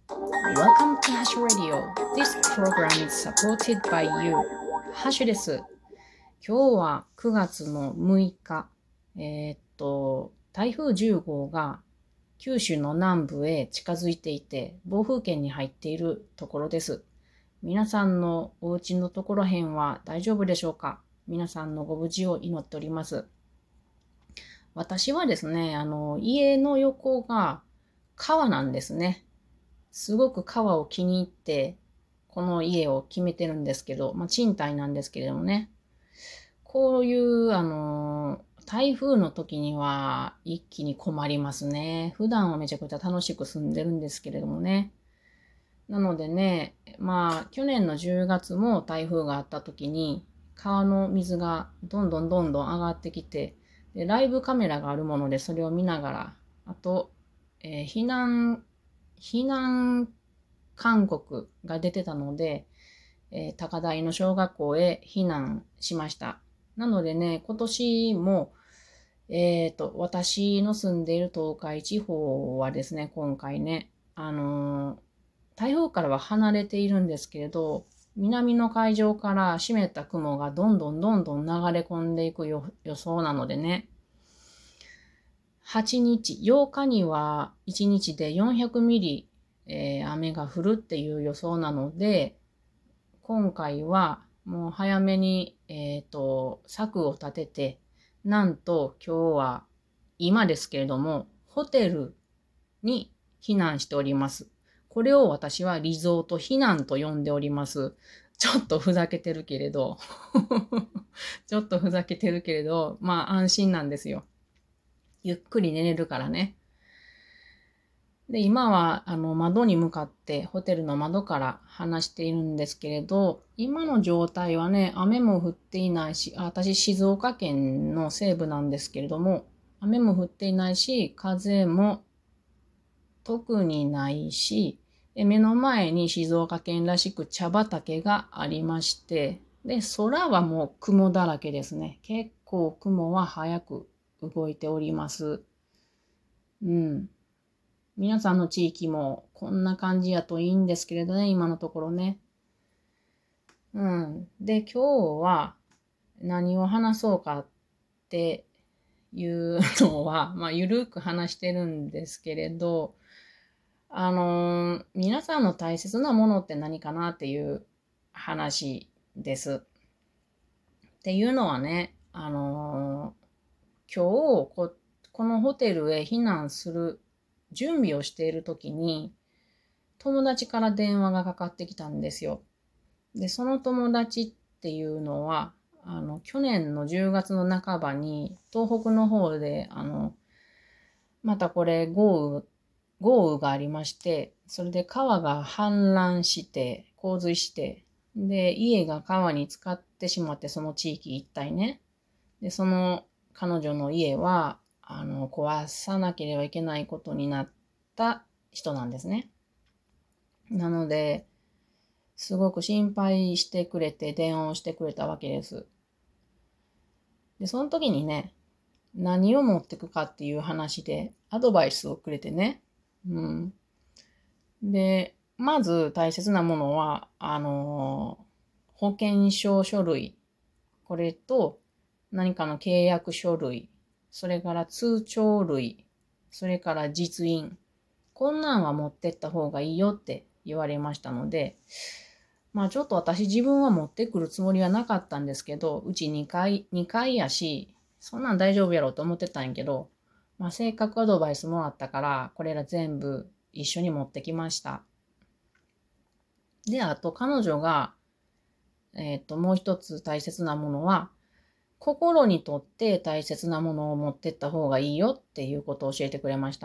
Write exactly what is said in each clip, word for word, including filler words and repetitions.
Welcome to Hash Radio. This program is supported by you. ハッシュです。今日はくがつのむいか。えーっと、台風じゅうごうが九州の南部へ近づいていて、暴風圏に入っているところです。皆さんのお家のところへんは大丈夫でしょうか？皆さんのご無事を祈っております。私はですね、あの、家の横が川なんですね。すごく川を気に入って、この家を決めてるんですけど、まあ、賃貸なんですけれどもね。こういう、あの、台風の時には一気に困りますね。普段はめちゃくちゃ楽しく住んでるんですけれどもね。なのでね、まあ、去年のじゅうがつも台風があった時に、川の水がどんどんどんどん上がってきて、で、ライブカメラがあるものでそれを見ながら、あと、えー避難、避難勧告が出てたので、えー高台の小学校へ避難しました。なのでね、今年も、えっと、私の住んでいる東海地方はですね、今回ね、あのー台風からは離れているんですけれど、南の海上から湿った雲がどんどんどんどん流れ込んでいく予想なのでね、はちにち、ようかにはいちにちでよんひゃくミリ、えー雨が降るっていう予想なので、今回はもう早めに、えっと、策を立てて、なんと今日は今ですけれども、ホテルに避難しております。これを私はリゾート避難と呼んでおります。ちょっとふざけてるけれど、ちょっとふざけてるけれど、まあ安心なんですよ。ゆっくり寝れるからね。で、今は、あの、窓に向かって、ホテルの窓から話しているんですけれど、今の状態はね、雨も降っていないし、あ、私、静岡県の西部なんですけれども、雨も降っていないし、風も特にないし、目の前に静岡県らしく茶畑がありまして、で、空はもう雲だらけですね。結構雲は早く動いております。うん。皆さんの地域もこんな感じやといいんですけれどね、今のところね。うん。で、今日は何を話そうかっていうのは、まあ、ゆるく話してるんですけれど、あのー皆さんの大切なものって何かなっていう話です。っていうのはね、あのー今日こ、このホテルへ避難する準備をしているときに、友達から電話がかかってきたんですよ。で、その友達っていうのは、あの、去年のじゅうがつの半ばに、東北の方で、あの、またこれ豪雨、豪雨がありまして、それで川が氾濫して、洪水して、で、家が川に浸かってしまって、その地域一帯ね。で、その彼女の家は、あの、壊さなければいけないことになった人なんですね。なので、すごく心配してくれて電話をしてくれたわけです。で、その時にね、何を持ってくかっていう話でアドバイスをくれてね。うん。で、まず大切なものは、あのー保険証書類。これと何かの契約書類。それから通帳類。それから実印。こんなんは持ってった方がいいよって言われましたので、まあちょっと私自分は持ってくるつもりはなかったんですけど、うちにかい、にかいやし、そんなん大丈夫やろうと思ってたんやけど、まあせっかくアドバイスもらったから、これら全部一緒に持ってきました。で、あと彼女が、えっと、もう一つ大切なものは、心にとって大切なものを持ってった方がいいよっていうことを教えてくれました。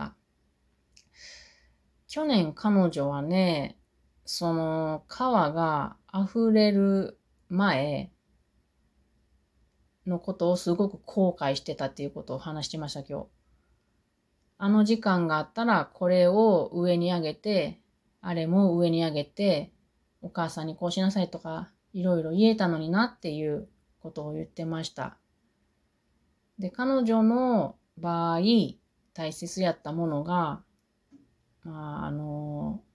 去年彼女はね、その川が溢れる前のことをすごく後悔してたっていうことを話してました、今日。あの時間があったらこれを上に上げて、あれも上に上げて、お母さんにこうしなさいとか、いろいろ言えたのになっていうことを言ってました。で、彼女の場合、大切やったものが、まあ、あの、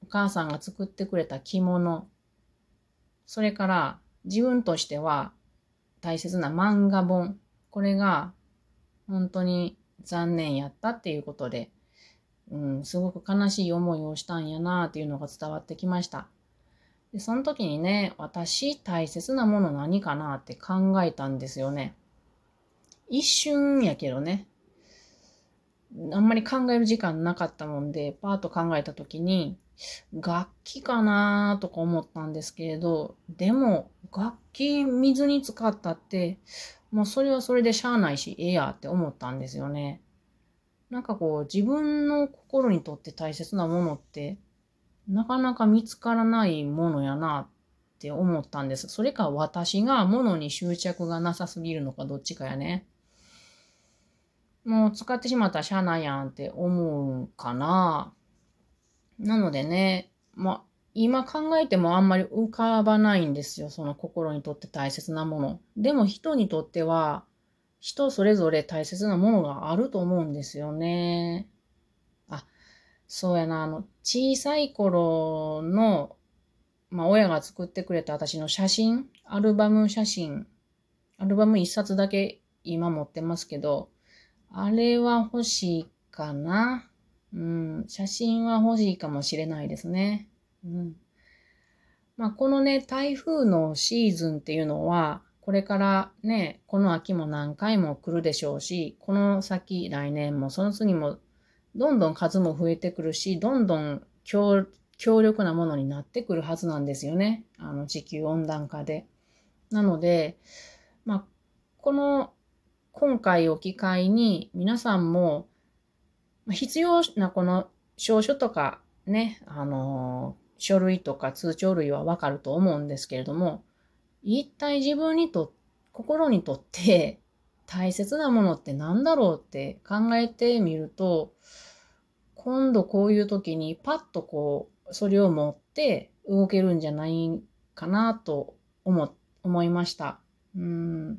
母さんが作ってくれた着物、それから自分としては大切な漫画本、これが本当に残念やったっていうことで、うん、すごく悲しい思いをしたんやなっていうのが伝わってきました。で、その時にね、私大切なもの何かなって考えたんですよね。一瞬やけどね、あんまり考える時間なかったもんで、パーッと考えた時に、楽器かなとか思ったんですけれど、でも楽器水に浸かったって、もうそれはそれでしゃあないし、ええやって思ったんですよね。なんかこう自分の心にとって大切なものってなかなか見つからないものやなって思ったんです。それか私が物に執着がなさすぎるのかどっちかやね。もう使ってしまったらしゃあないやんって思うかな。なのでね、まあ、今考えてもあんまり浮かばないんですよ。その心にとって大切なもの。でも人にとっては、人それぞれ大切なものがあると思うんですよね。あ、そうやな、あの、小さい頃の、まあ、親が作ってくれた私の写真、アルバム写真、アルバム一冊だけ今持ってますけど、あれは欲しいかな。うん、写真は欲しいかもしれないですね。うん。まあ、このね、台風のシーズンっていうのは、これからね、この秋も何回も来るでしょうし、この先来年もその次もどんどん数も増えてくるし、どんどん強、強力なものになってくるはずなんですよね。あの地球温暖化で。なので、まあ、この今回を機会に皆さんも必要なこの証書とかね、あのー書類とか通帳類はわかると思うんですけれども、一体自分にと、心にとって大切なものって何だろうって考えてみると、今度こういう時にパッとこう、それを持って動けるんじゃないかなと思、思いました。うん。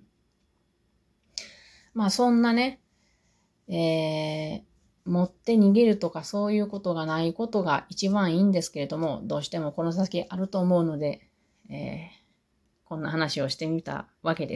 まあそんなね、えー、持って逃げるとかそういうことがないことが一番いいんですけれども、どうしてもこの先あると思うので、えー、こんな話をしてみたわけです。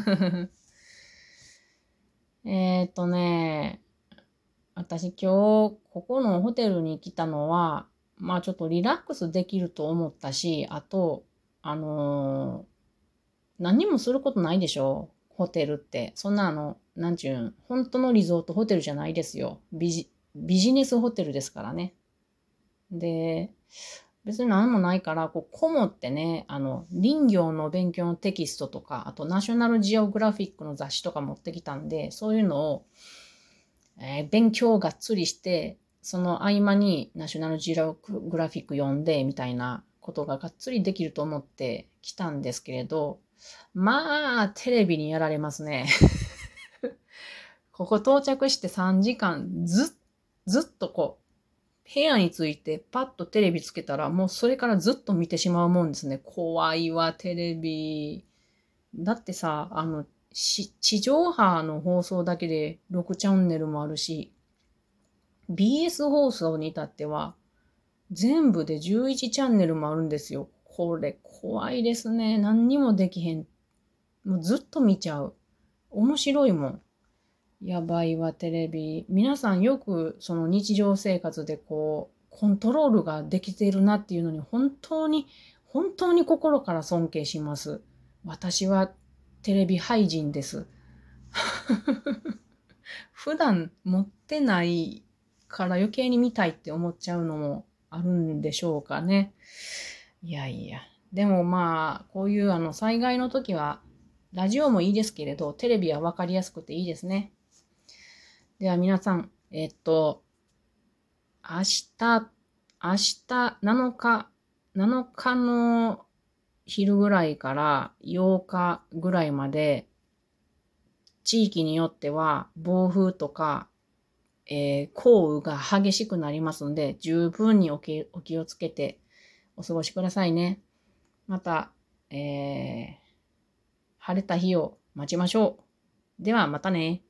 えっとね、私今日ここのホテルに来たのは、まあちょっとリラックスできると思ったし、あと、あのー何にもすることないでしょホテルって。そんなあの、なんちゅうん、本当のリゾートホテルじゃないですよ。ビジ、ビジネスホテルですからね。で、別に何もないから、こう、こもってね、あの、林業の勉強のテキストとか、あとナショナルジオグラフィックの雑誌とか持ってきたんで、そういうのを、えー勉強がっつりして、その合間にナショナルジオグラフィック読んで、みたいなことががっつりできると思ってきたんですけれど、まあ、テレビにやられますね。ここ到着してさんじかんず、ずっとこう、部屋についてパッとテレビつけたら、もうそれからずっと見てしまうもんですね。怖いわ、テレビ。だってさ、あの、し地上波の放送だけでろくチャンネルもあるし、ビーエス 放送に至っては、全部でじゅういちチャンネルもあるんですよ。これ怖いですね。何にもできへん。もうずっと見ちゃう。面白いもん。やばいわ、テレビ。皆さんよくその日常生活でこう、コントロールができているなっていうのに本当に、本当に心から尊敬します。私はテレビ廃人です。普段持ってないから余計に見たいって思っちゃうのもあるんでしょうかね。いやいや。でもまあ、こういうあの災害の時は、ラジオもいいですけれど、テレビはわかりやすくていいですね。では皆さん、えっと、明日、明日なのか、なのかの昼ぐらいからようかぐらいまで、地域によっては暴風とか、えー、降雨が激しくなりますので、十分にお気お気をつけてお過ごしくださいね。また、えー、晴れた日を待ちましょう。ではまたね。